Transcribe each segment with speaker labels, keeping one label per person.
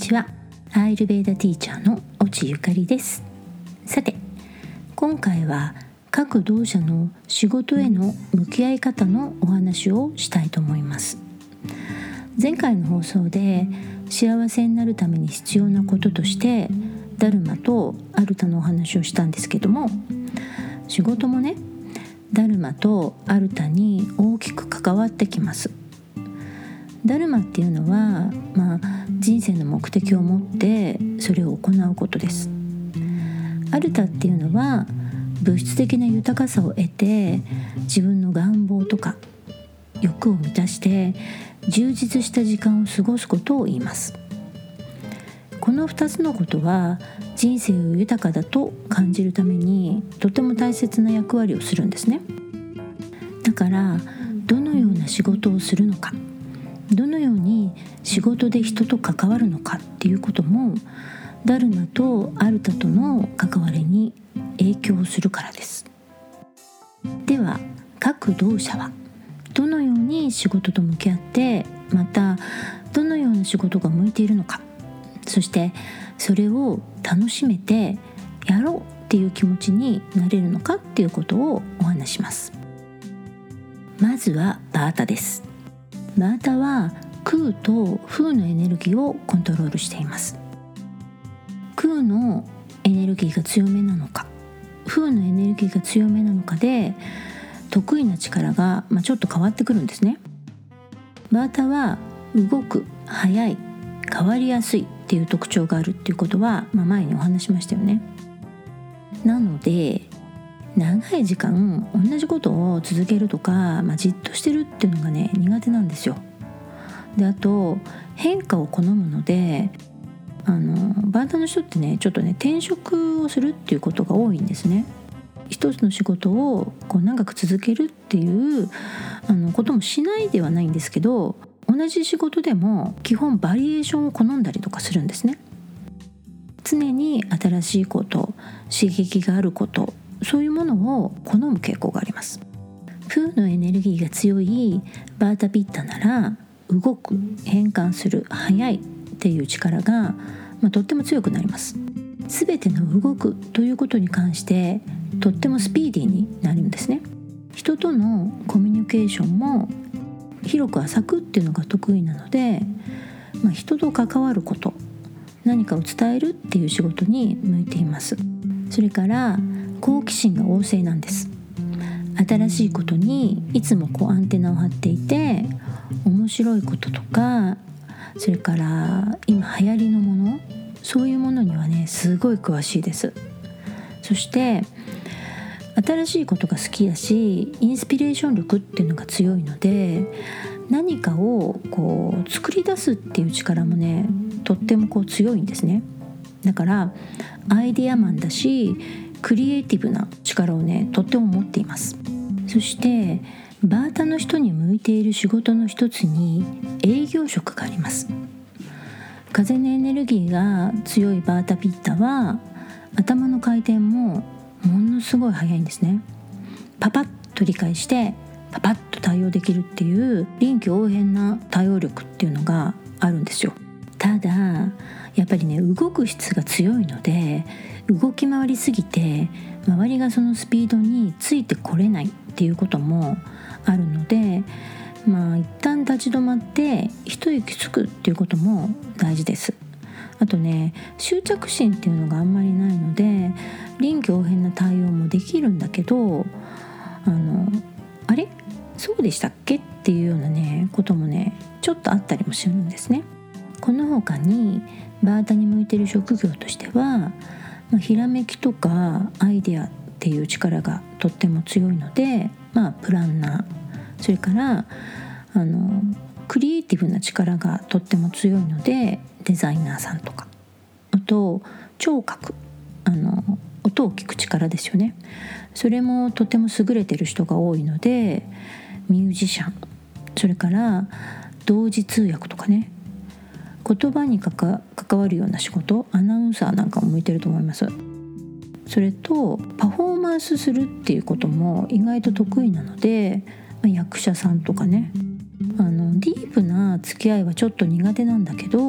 Speaker 1: ちは。アーユルヴェーダティーチャーの越智ゆかりです。さて、今回は各同社の仕事への向き合い方のお話をしたいと思います。前回の放送で幸せになるために必要なこととしてダルマとアルタのお話をしたんですけども、仕事もね、ダルマとアルタに大きく関わってきます。ダルマっていうのは、人生の目的を持ってそれを行うことです。アルタっていうのは物質的な豊かさを得て自分の願望とか欲を満たして充実した時間を過ごすことを言います。この2つのことは人生を豊かだと感じるためにとても大切な役割をするんですね。だからどのような仕事をするのか、どのように仕事で人と関わるのかっていうこともダルマとアルタとの関わりに影響するからです。では各同社はどのように仕事と向き合って、またどのような仕事が向いているのか、そしてそれを楽しめてやろうっていう気持ちになれるのかっていうことをお話します。まずはバータです。バータは空と風のエネルギーをコントロールしています。空のエネルギーが強めなのか、風のエネルギーが強めなのかで得意な力がちょっと変わってくるんですね。バータは動く、速い、変わりやすいっていう特徴があるっていうことは、前にお話しましたよね。なので長い時間同じことを続けるとか、じっとしてるっていうのがね苦手なんですよ。で、あと変化を好むのでバータの人ってねちょっとね転職をするっていうことが多いんですね。一つの仕事を長く続けるっていうこともしないではないんですけど、同じ仕事でも基本バリエーションを好んだりとかするんですね。常に新しいこと、刺激があること、そういうものを好む傾向があります。風のエネルギーが強いバータピッタなら動く、変換する、速いっていう力が、とっても強くなります。すべての動くということに関してとってもスピーディーになるんですね。人とのコミュニケーションも広く浅くっていうのが得意なので、人と関わること、何かを伝えるっていう仕事に向いています。それから好奇心が旺盛なんです。新しいことにいつもアンテナを張っていて、面白いこととか、それから今流行りのもの、そういうものにはねすごい詳しいです。そして新しいことが好きだし、インスピレーション力っていうのが強いので、何かを作り出すっていう力もねとっても強いんですね。だからアイディアマンだし、クリエイティブな力をねとっても持っています。そしてバータの人に向いている仕事の一つに営業職があります。風のエネルギーが強いバータピッタは頭の回転もものすごい速いんですね。パパッと理解してパパッと対応できるっていう臨機応変な対応力っていうのがあるんですよ。ただやっぱりね動く質が強いので、動き回りすぎて周りがそのスピードについてこれないっていうこともあるので、一旦立ち止まって一息つくっていうことも大事です。あとね、執着心っていうのがあんまりないので臨機応変な対応もできるんだけど、あれそうでしたっけっていうようなねこともねちょっとあったりもするんですね。この他にバータに向いている職業としては、ひらめきとかアイデアっていう力がとっても強いので、プランナー、それからクリエイティブな力がとっても強いのでデザイナーさんとか、あと聴覚、音を聞く力ですよね。それもとても優れてる人が多いのでミュージシャン、それから同時通訳とかね、言葉に関わるような仕事、アナウンサーなんかも向いてると思います。それとパフォーマンスするっていうことも意外と得意なので、役者さんとかね、ディープな付き合いはちょっと苦手なんだけど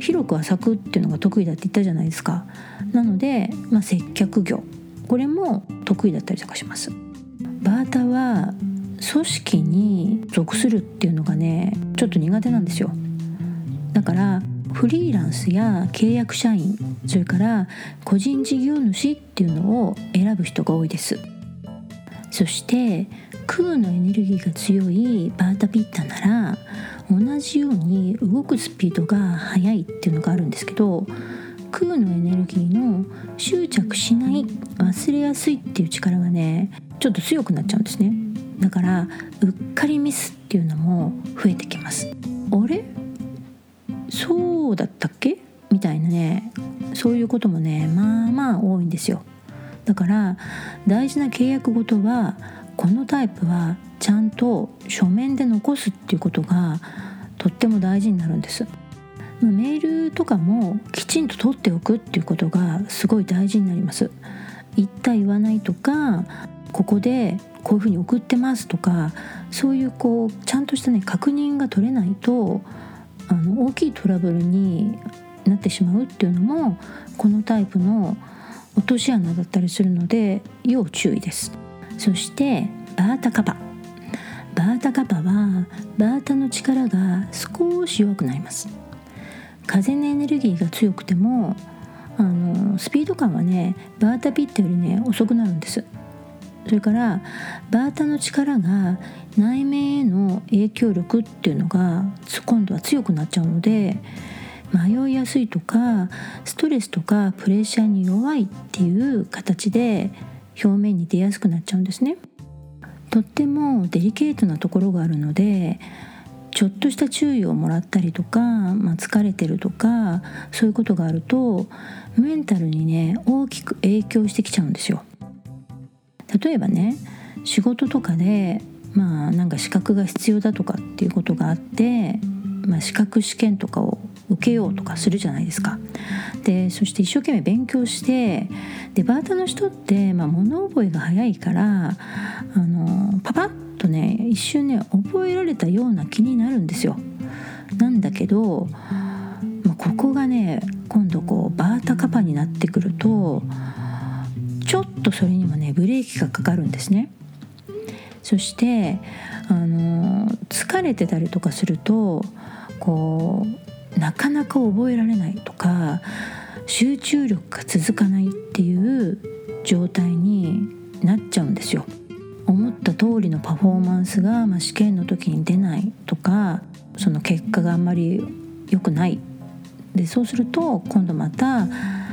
Speaker 1: 広く浅くっていうのが得意だって言ったじゃないですか。なので、接客業、これも得意だったりとかします。バータは組織に属するっていうのがねちょっと苦手なんですよ。だからフリーランスや契約社員、それから個人事業主っていうのを選ぶ人が多いです。そして空のエネルギーが強いバータピッタなら同じように動くスピードが速いっていうのがあるんですけど、空のエネルギーの執着しない、忘れやすいっていう力がねちょっと強くなっちゃうんですね。だからうっかりミスっていうのも増えてきます。あれそうだったっけみたいなね、そういうこともねまあ多いんですよ。だから大事な契約ごとはこのタイプはちゃんと書面で残すっていうことがとっても大事になるんです。メールとかもきちんと取っておくっていうことがすごい大事になります。言った言わないとか、ここでこういうふうに送ってますとか、そういうちゃんとしたね確認が取れないと大きいトラブルになってしまうっていうのもこのタイプの落とし穴だったりするので要注意です。そしてバータカパはバータの力が少し弱くなります。風のエネルギーが強くてもスピード感はねバータピッタよりね遅くなるんです。それからバータの力が内面への影響力っていうのが今度は強くなっちゃうので、迷いやすいとかストレスとかプレッシャーに弱いっていう形で表面に出やすくなっちゃうんですね。とってもデリケートなところがあるので、ちょっとした注意をもらったりとか、疲れてるとかそういうことがあるとメンタルにね大きく影響してきちゃうんですよ。例えばね、仕事とかでなんか資格が必要だとかっていうことがあって、資格試験とかを受けようとかするじゃないですか。でそして一生懸命勉強して、でバータの人って物覚えが早いからパパッとね一瞬ね覚えられたような気になるんですよ。なんだけど、ここがね今度バータカパになってくるとちょっとそれにもねブレーキがかかるんですね。そして疲れてたりとかするとなかなか覚えられないとか集中力が続かないっていう状態になっちゃうんですよ。思った通りのパフォーマンスが、試験の時に出ないとか、その結果があんまり良くないで、そうすると今度また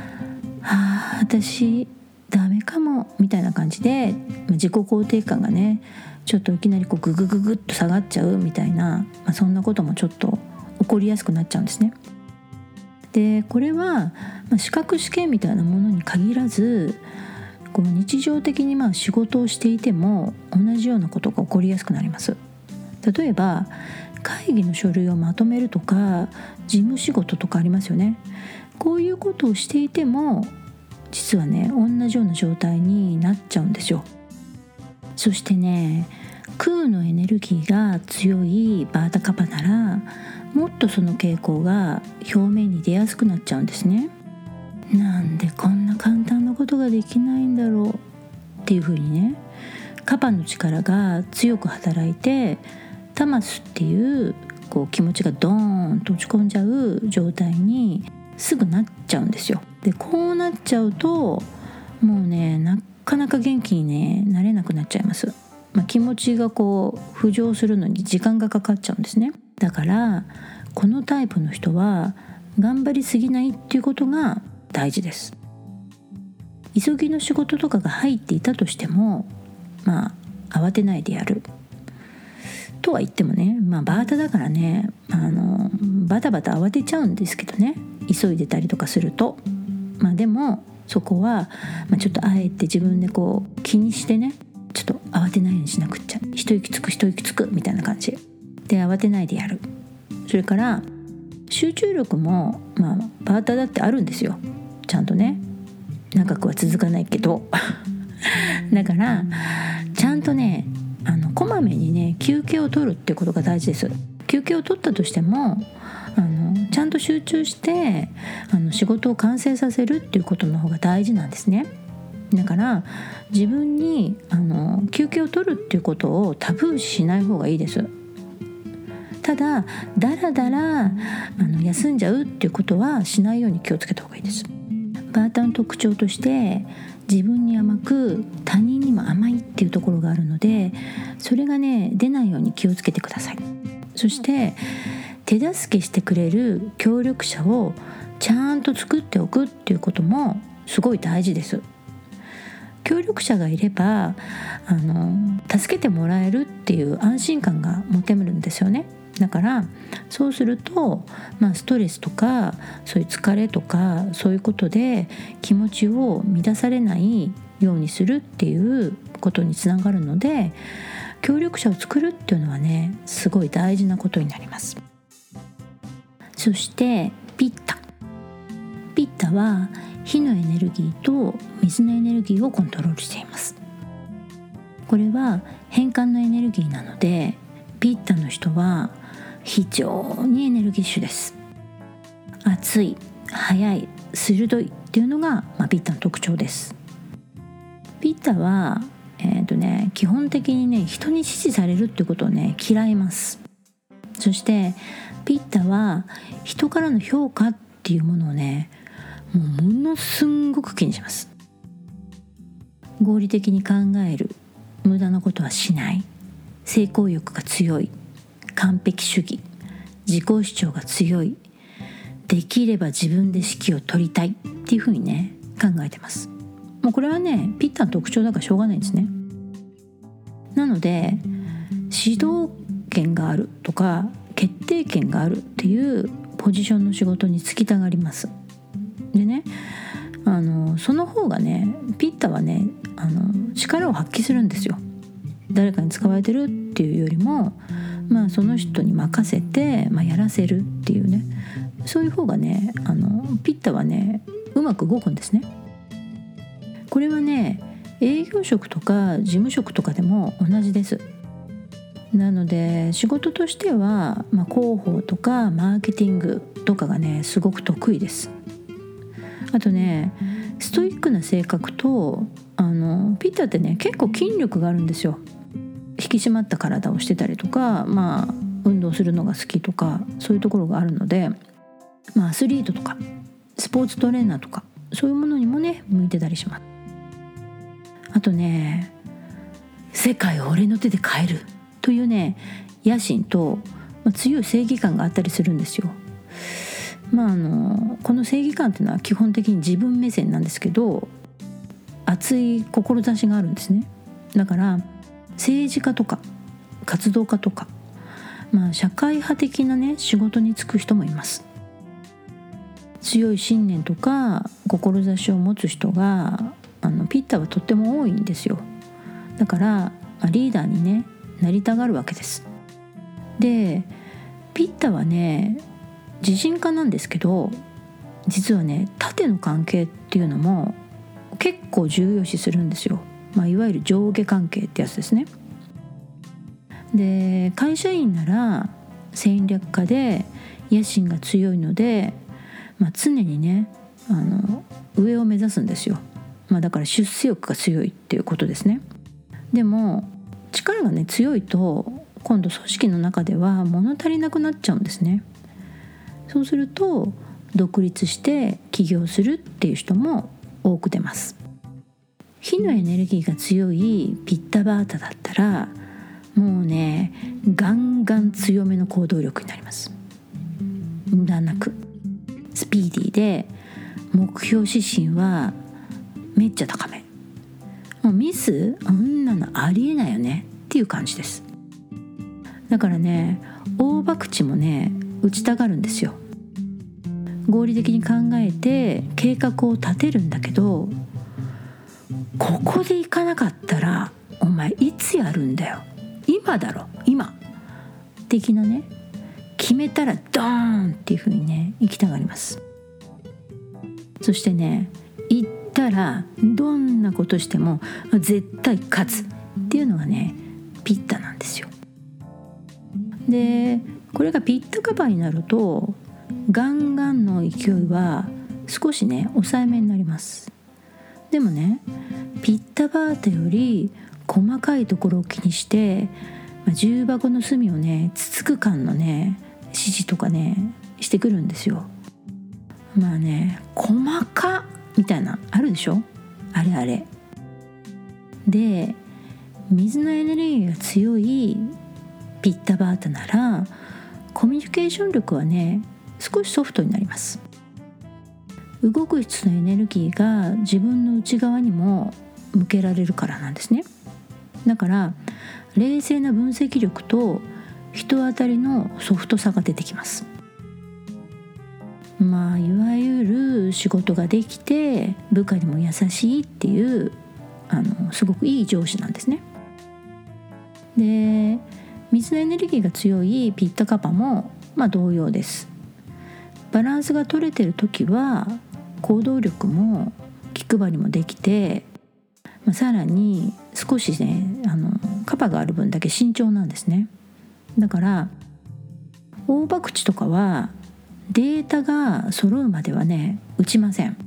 Speaker 1: 私ダメかもみたいな感じで自己肯定感がねちょっといきなりググググっと下がっちゃうみたいな、そんなこともちょっと起こりやすくなっちゃうんですね。でこれは、資格試験みたいなものに限らず日常的に仕事をしていても同じようなことが起こりやすくなります。例えば会議の書類をまとめるとか事務仕事とかありますよね。こういうことをしていても実はね同じような状態になっちゃうんですよ。そしてね、空のエネルギーが強いバータカパならもっとその傾向が表面に出やすくなっちゃうんですね。なんでこんな簡単なことができないんだろうっていう風にね、カパの力が強く働いてタマスっていう気持ちがドーンと落ち込んじゃう状態にすぐなっちゃうんですよ。でこうなっちゃうともうねなかなか元気にねなれなくなっちゃいます。気持ちが浮上するのに時間がかかっちゃうんですね。だからこのタイプの人は頑張りすぎないっていうことが大事です。急ぎの仕事とかが入っていたとしても慌てないでやるとは言ってもね、バータだからねバタバタ慌てちゃうんですけどね、急いでたりとかするとでもそこは、ちょっとあえて自分で気にしてね、ちょっと慌てないようにしなくっちゃ、一息つくみたいな感じで慌てないでやる。それから集中力もバータだってあるんですよ、ちゃんとね。長くは続かないけどだからちゃんとねこまめにね休憩を取るってことが大事です。休休憩を取ったとしてもちゃんと集中して仕事を完成させるっていうことの方が大事なんですね。だから自分に休憩を取るっていうことをタブー視しない方がいいです。ただだらだら休んじゃうっていうことはしないように気をつけた方がいいです。バーターの特徴として自分に甘く他人にも甘いっていうところがあるので、それがね出ないように気をつけてください。そして手助けしてくれる協力者をちゃんと作っておくっていうこともすごい大事です。協力者がいれば助けてもらえるっていう安心感が持てるんですよね。だからそうすると、ストレスとかそういう疲れとかそういうことで気持ちを乱されないようにするっていうことにつながるので、協力者を作るっていうのはねすごい大事なことになります。そしてピッタは火のエネルギーと水のエネルギーをコントロールしています。これは変換のエネルギーなので、ピッタの人は非常にエネルギッシュです。熱い、速い、鋭いっていうのが、ピッタの特徴です。ピッタは基本的にね人に支持されるっていうことをね嫌います。そしてピッタは人からの評価っていうものをねものすんごく気にします。合理的に考える、無駄なことはしない、成功欲が強い、完璧主義、自己主張が強い、できれば自分で指揮を取りたいっていうふうにね考えてます。もうこれはねピッタの特徴だからしょうがないんですね。なので指導権があるとか決定権があるっていうポジションの仕事に就きたがります。でねその方がねピッタはね力を発揮するんですよ。誰かに使われてるっていうよりもその人に任せて、やらせるっていうね、そういう方がねピッタはねうまく動くんですね。これはね営業職とか事務職とかでも同じです。なので仕事としては、広報とかマーケティングとかがねすごく得意です。あとねストイックな性格とピッタってね結構筋力があるんですよ。引き締まった体をしてたりとか、運動するのが好きとかそういうところがあるので、アスリートとかスポーツトレーナーとかそういうものにもね向いてたりします。あとね世界を俺の手で変えるというね野心と、強い正義感があったりするんですよ。この正義感っていうのは基本的に自分目線なんですけど、熱い志があるんですね。だから政治家とか活動家とか、社会派的なね仕事に就く人もいます。強い信念とか志を持つ人がピッタはとっても多いんですよ。だからリーダーにねなりたがるわけです。でピッタはね自信家なんですけど、実はね縦の関係っていうのも結構重要視するんですよ。いわゆる上下関係ってやつですね。で会社員なら戦略家で野心が強いので、常にね上を目指すんですよ。だから出世欲が強いっていうことですね。でも力がね強いと今度組織の中では物足りなくなっちゃうんですね。そうすると独立して起業するっていう人も多く出ます。火のエネルギーが強いピッタバータだったらもうねガンガン強めの行動力になります。無駄なくスピーディーで目標指針はめっちゃ高め。もうミスあんなのありえないよねっていう感じです。だからね大博打もね打ちたがるんですよ。合理的に考えて計画を立てるんだけど、ここで行かなかったらお前いつやるんだよ、今だろ今的なね、決めたらドーンっていう風にね行きたがります。そしてね行ったらどんなことしても絶対勝つっていうのがねピッタなんですよ。でこれがピッタカパになるとガンガンの勢いは少しね抑えめになります。でもねピッタバータより細かいところを気にして、重箱の隅をねつつく感のね指示とかねしてくるんですよ。まあね細かみたいなあるでしょ、あれあれで、水のエネルギーが強いピッタバータならコミュニケーション力はね少しソフトになります。動く質のエネルギーが自分の内側にも向けられるからなんですね。だから冷静な分析力と人当たりのソフトさが出てきます。いわゆる仕事ができて部下にも優しいっていうすごくいい上司なんですね。で、水のエネルギーが強いピッタカパも同様です。バランスが取れてる時は行動力も気配りもできて、さらに少しねカパがある分だけ慎重なんですね。だから大博打とかはデータが揃うまではね打ちません。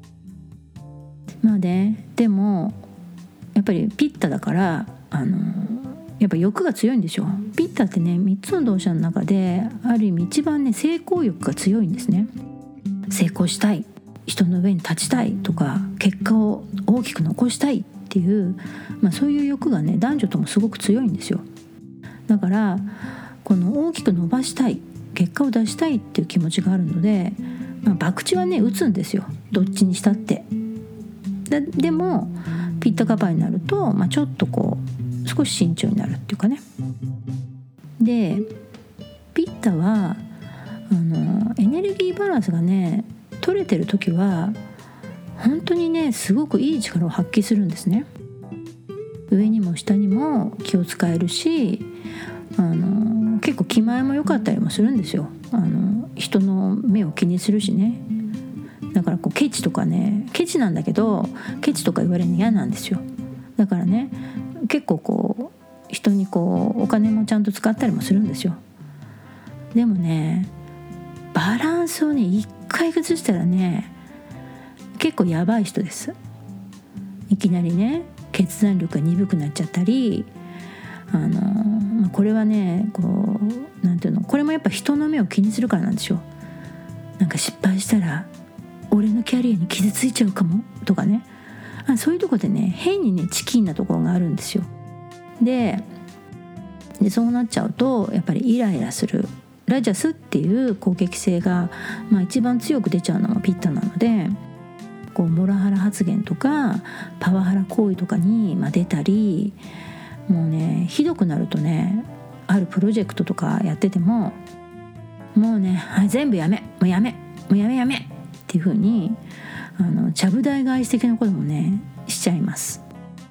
Speaker 1: でもやっぱりピッタだからやっぱ欲が強いんですよ。ピッタってね3つの動作の中である意味一番ね成功欲が強いんですね。成功したい、人の上に立ちたいとか結果を大きく残したいっていう、そういう欲がね男女ともすごく強いんですよ。だからこの大きく伸ばしたい、結果を出したいっていう気持ちがあるので、博打はね打つんですよ、どっちにしたって。でもピッタカパになると、ちょっと少し慎重になるっていうかね。でピッタはエネルギーバランスがね取れてる時は本当にねすごくいい力を発揮するんですね。上にも下にも気を使えるし結構気前も良かったりもするんですよ。人の目を気にするしね。だからケチとかね、ケチなんだけどケチとか言われるの嫌なんですよ。だからね結構人にお金もちゃんと使ったりもするんですよ。でもねバランスをね一回崩したらね結構やばい人です。いきなりね決断力が鈍くなっちゃったりこれはねなんていうの、これもやっぱ人の目を気にするからなんですよ。なんか失敗したら俺のキャリアに傷ついちゃうかもとかね、そういうとこでね変にねチキンなところがあるんですよ。でそうなっちゃうとやっぱりイライラするラジャスっていう攻撃性が、一番強く出ちゃうのもピッタなので、モラハラ発言とかパワハラ行為とかに出たり、もうねひどくなるとねあるプロジェクトとかやっててももうね全部やめっていう風にちゃぶ台返し的なこともねしちゃいます。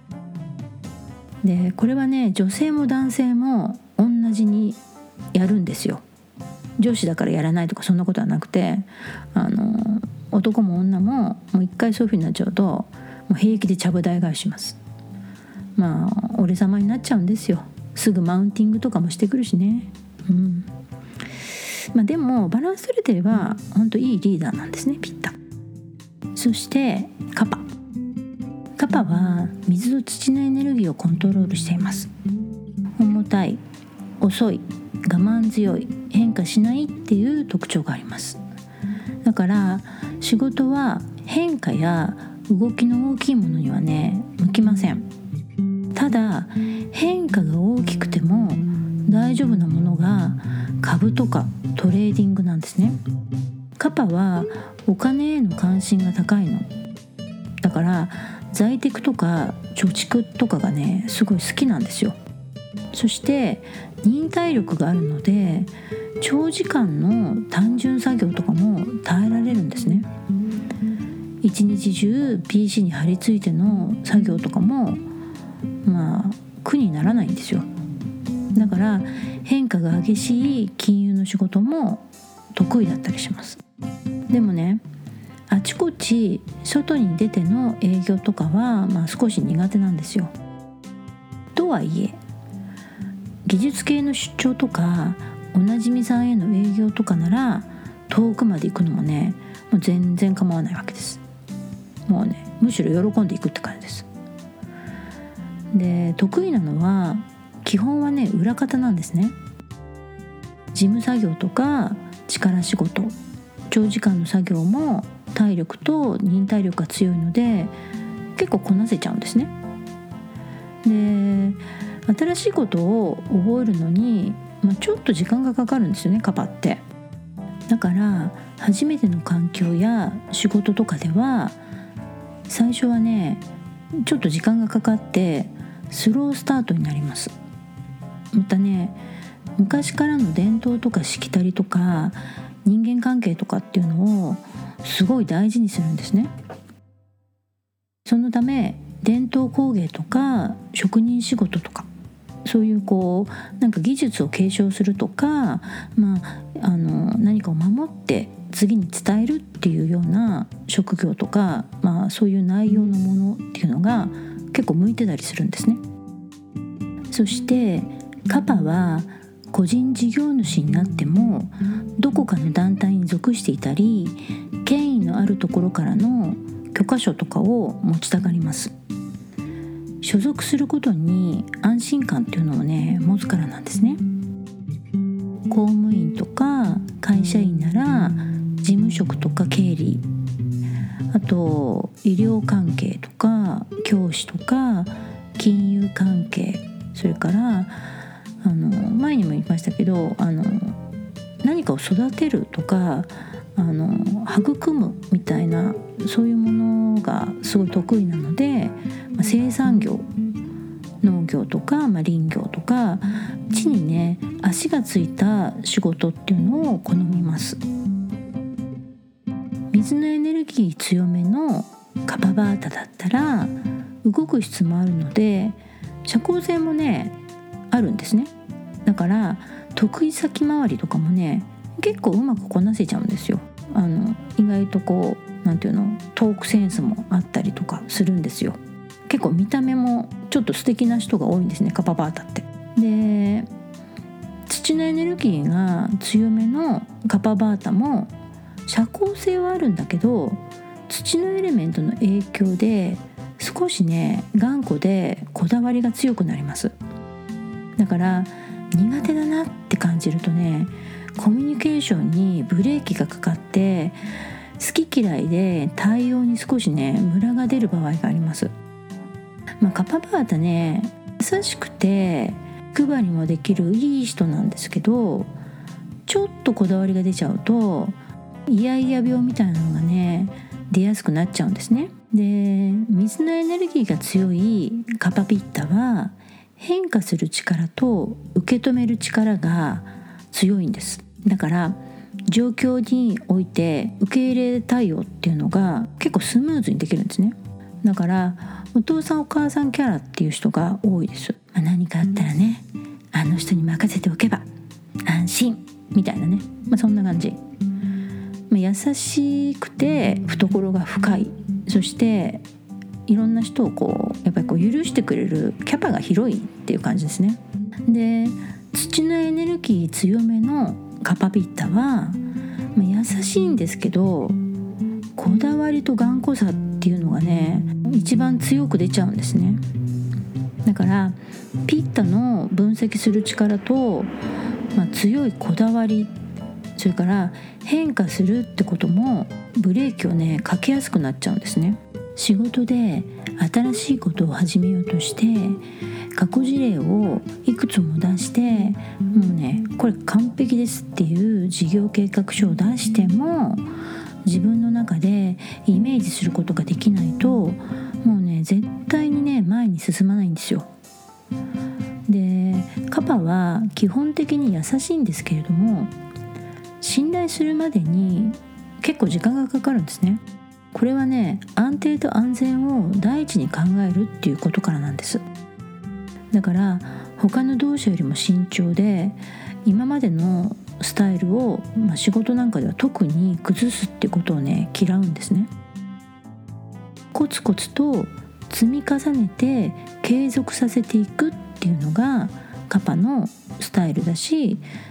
Speaker 1: でこれはね女性も男性も同じにやるんですよ。上司だからやらないとかそんなことはなくて男も女も一回そういう風になっちゃうともう平気でちゃぶ台返します。俺様になっちゃうんですよ。すぐマウンティングとかもしてくるしね。でもバランス取れてれば本当いいリーダーなんですねピッタ。そしてカパは水と土のエネルギーをコントロールしています。重たい、遅い、我慢強い、変化しないっていう特徴があります。だから仕事は変化や動きの大きいものにはね向きません。ただ変化が大きくても大丈夫なものが株とかトレーディングなんですね。カパはお金への関心が高いの。だから在テクとか貯蓄とかがねすごい好きなんですよ。そして忍耐力があるので長時間の単純作業とかも耐えられるんですね。一日中 PC に張り付いての作業とかも苦にならないんですよ。だから変化が激しい金融の仕事も得意だったりします。でもねあちこち外に出ての営業とかは少し苦手なんですよ。とはいえ技術系の出張とかおなじみさんへの営業とかなら遠くまで行くのもね、もう全然構わないわけです。もうね、むしろ喜んでいくって感じです。で、得意なのは基本はね、裏方なんですね。事務作業とか力仕事、長時間の作業も体力と忍耐力が強いので結構こなせちゃうんですね。で、新しいことを覚えるのに、ちょっと時間がかかるんですよね、カパって。だから初めての環境や仕事とかでは最初はね、ちょっと時間がかかってスロースタートになります。またね、昔からの伝統とかしきたりとか人間関係とかっていうのをすごい大事にするんですね。そのため伝統工芸とか職人仕事とか、そういうなんか技術を継承するとか、何かを守って次に伝えるっていうような職業とか、そういう内容のものっていうのが結構向いてたりするんですね。そしてカパは個人事業主になってもどこかの団体に属していたり、権威のあるところからの許可書とかを持ちたがります。所属することに安心感っていうのをね、持つからなんですね。公務員とか会社員なら事務職とか経理、あと医療関係とか教師とか金融関係、それから前にも言いましたけど、何かを育てるとか育むみたいな、そういうものがすごい得意なので、生産業、農業とか、林業とか地にね足がついた仕事っていうのを好みます。水のエネルギー強めのカパバータだったら動く質もあるので社交性もねあるんですね。だから得意先回りとかもね結構うまくこなせちゃうんですよ。意外となんていうの、トークセンスもあったりとかするんですよ。結構見た目もちょっと素敵な人が多いんですね、カパバータって。で、土のエネルギーが強めのカパバータも社交性はあるんだけど、土のエレメントの影響で少しね頑固でこだわりが強くなります。だから苦手だなって感じるとね、コミュニケーションにブレーキがかかって好き嫌いで対応に少しねムラが出る場合があります。カパバータね、優しくて気配りもできるいい人なんですけど、ちょっとこだわりが出ちゃうとイヤイヤ病みたいなのがね出やすくなっちゃうんですね。で、水のエネルギーが強いカパピッタは変化する力と受け止める力が強いんです。だから状況において受け入れ対応っていうのが結構スムーズにできるんですね。だからお父さんお母さんキャラっていう人が多いです。何かあったらね、あの人に任せておけば安心みたいなね、そんな感じ。優しくて懐が深い、そしていろんな人をやっぱり許してくれるキャパが広いっていう感じですね。で、土のエネルギー強めのカパピッタは、優しいんですけどこだわりと頑固さっていうのがね一番強く出ちゃうんですね。だからピッタの分析する力と、強いこだわり、それから変化するってこともブレーキをねかけやすくなっちゃうんですね。仕事で新しいことを始めようとして過去事例をいくつも出して、もうねこれ完璧ですっていう事業計画書を出しても自分の中でイメージすることができないと、もうね絶対にね前に進まないんですよ。で、カパは基本的に優しいんですけれども、信頼するまでに結構時間がかかるんですね。これはね安定と安全を第一に考えるっていうことからなんです。だから他の同社よりも慎重で、今までのスタイルを、仕事なんかでは特に崩すってことをね嫌うんですね。コツコツと積み重ねて継続させていくっていうのがカパのスタイルだし、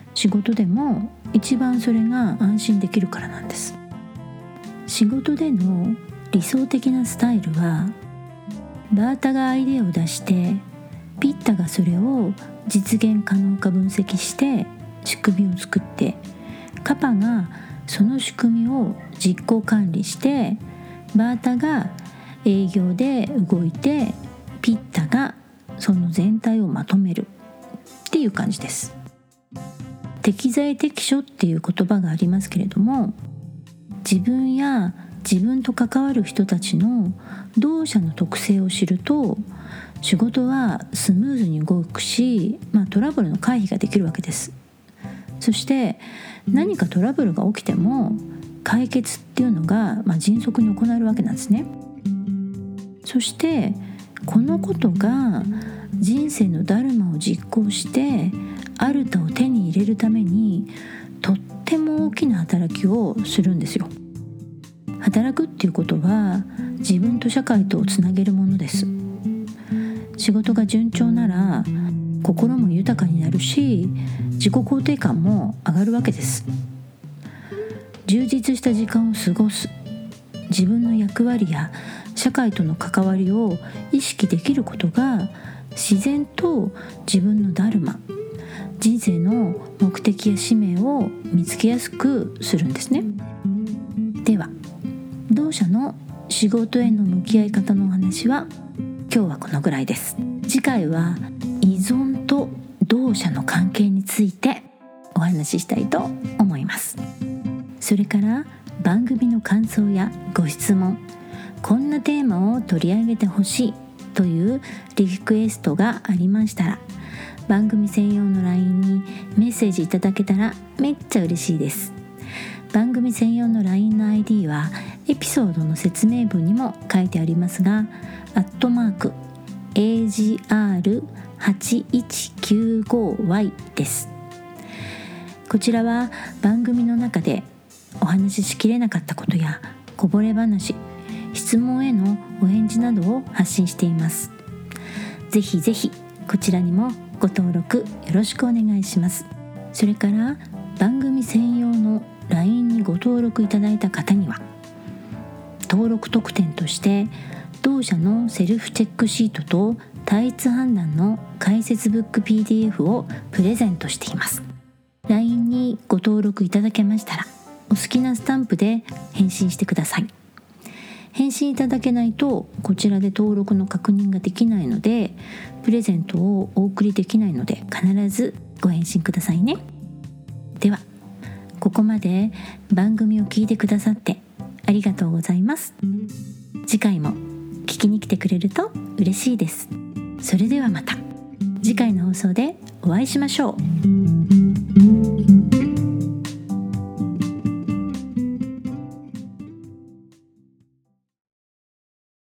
Speaker 1: 仕事でも一番それが安心できるからなんです。仕事での理想的なスタイルは、バータがアイデアを出してピッタがそれを実現可能か分析して仕組みを作って、カパがその仕組みを実行管理して、バータが営業で動いて、ピッタがその全体をまとめるっていう感じです。適材適所っていう言葉がありますけれども、自分や自分と関わる人たちの同社の特性を知ると、仕事はスムーズに動くし、トラブルの回避ができるわけです。そして何かトラブルが起きても解決っていうのが迅速に行えるわけなんですね。そしてこのことが人生のダルマを実行してアルタを手に入れるためにとっても大きな働きをするんですよ。働くっていうことは自分と社会とをつなげるものです。仕事が順調なら心も豊かになるし、自己肯定感も上がるわけです。充実した時間を過ごす、自分の役割や社会との関わりを意識できることが自然と自分のダルマ、人生の目的や使命を見つけやすくするんですね。では、同社の仕事への向き合い方のお話は今日はこのぐらいです。次回は依存と同社の関係についてお話ししたいと思います。それから番組の感想やご質問、こんなテーマを取り上げてほしいというリクエストがありましたら、番組専用の LINE にメッセージいただけたらめっちゃ嬉しいです。番組専用の LINE の ID はエピソードの説明文にも書いてありますが、@AGR8195Y です。こちらは番組の中でお話ししきれなかったことやこぼれ話、質問へのお返事などを発信しています。ぜひぜひこちらにもご登録よろしくお願いします。それから番組専用の LINE にご登録いただいた方には、登録特典として同社のセルフチェックシートと単一判断の解説ブック PDF をプレゼントしています。 LINE にご登録いただけましたら、お好きなスタンプで返信してください。返信いただけないとこちらで登録の確認ができないので、プレゼントをお送りできないので、必ずご返信くださいね。では、ここまで番組を聞いてくださってありがとうございます。次回も聞きに来てくれると嬉しいです。それではまた次回の放送でお会いしましょう。